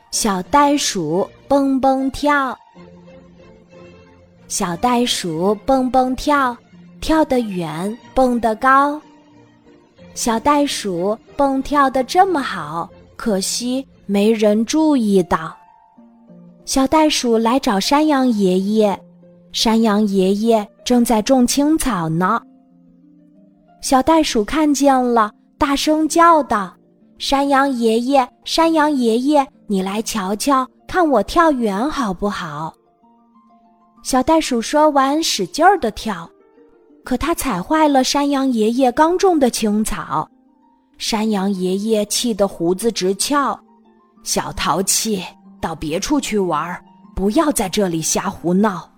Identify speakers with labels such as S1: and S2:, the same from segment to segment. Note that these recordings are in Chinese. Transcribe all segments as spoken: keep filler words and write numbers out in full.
S1: 小袋鼠蹦蹦跳，小袋鼠蹦蹦跳，跳得远，蹦得高。小袋鼠蹦跳得这么好，可惜没人注意到。小袋鼠来找山羊爷爷，山羊爷爷正在种青草呢。小袋鼠看见了，大声叫道：山羊爷爷，山羊爷爷，你来瞧瞧，看我跳远好不好？小袋鼠说完，使劲儿地跳，可它踩坏了山羊爷爷刚种的青草。山羊爷爷气得胡子直翘，小淘气，到别处去玩，不要在这里瞎胡闹。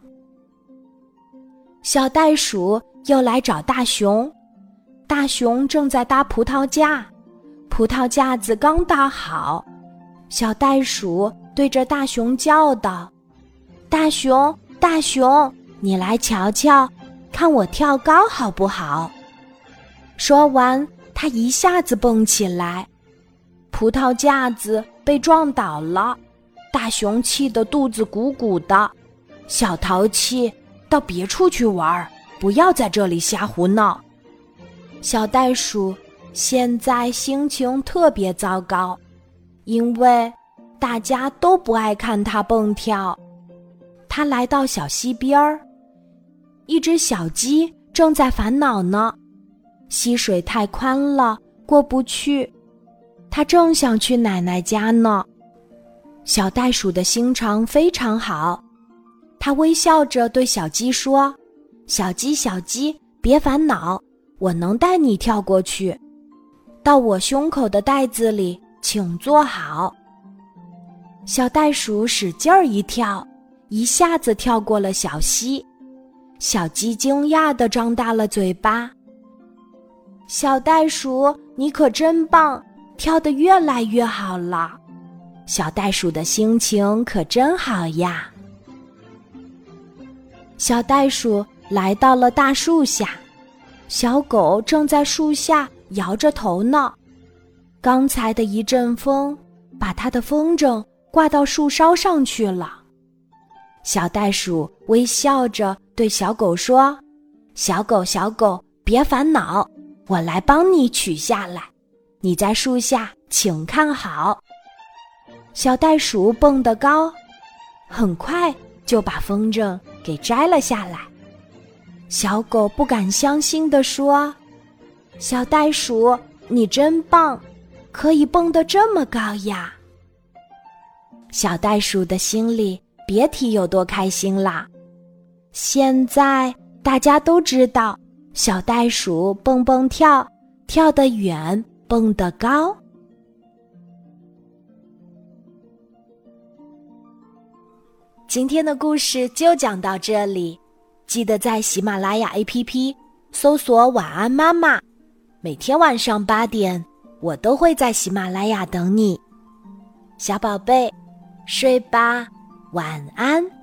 S1: 小袋鼠又来找大熊，大熊正在搭葡萄架，葡萄架子刚搭好，小袋鼠对着大熊叫道：大熊，大熊，你来瞧瞧，看我跳高好不好？说完，他一下子蹦起来，葡萄架子被撞倒了，大熊气得肚子鼓鼓的，小淘气，到别处去玩，不要在这里瞎胡闹。小袋鼠现在心情特别糟糕，因为大家都不爱看它蹦跳。它来到小溪边儿，一只小鸡正在烦恼呢，溪水太宽了，过不去。它正想去奶奶家呢。小袋鼠的心肠非常好，它微笑着对小鸡说：小鸡，小鸡，别烦恼，我能带你跳过去。到我胸口的袋子里，请坐好。小袋鼠使劲儿一跳，一下子跳过了小溪。小鸡惊讶地张大了嘴巴。小袋鼠，你可真棒，跳得越来越好了。小袋鼠的心情可真好呀。小袋鼠来到了大树下，小狗正在树下摇着头呢。刚才的一阵风把它的风筝挂到树梢上去了。小袋鼠微笑着对小狗说：小狗，小狗，别烦恼，我来帮你取下来，你在树下请看好。小袋鼠蹦得高，很快就把风筝给摘了下来。小狗不敢相信地说：小袋鼠，你真棒，可以蹦得这么高呀。小袋鼠的心里别提有多开心啦。现在大家都知道，小袋鼠蹦蹦跳，跳得远，蹦得高。今天的故事就讲到这里，记得在喜马拉雅 A P P 搜索晚安妈妈，每天晚上八点，我都会在喜马拉雅等你。小宝贝，睡吧，晚安。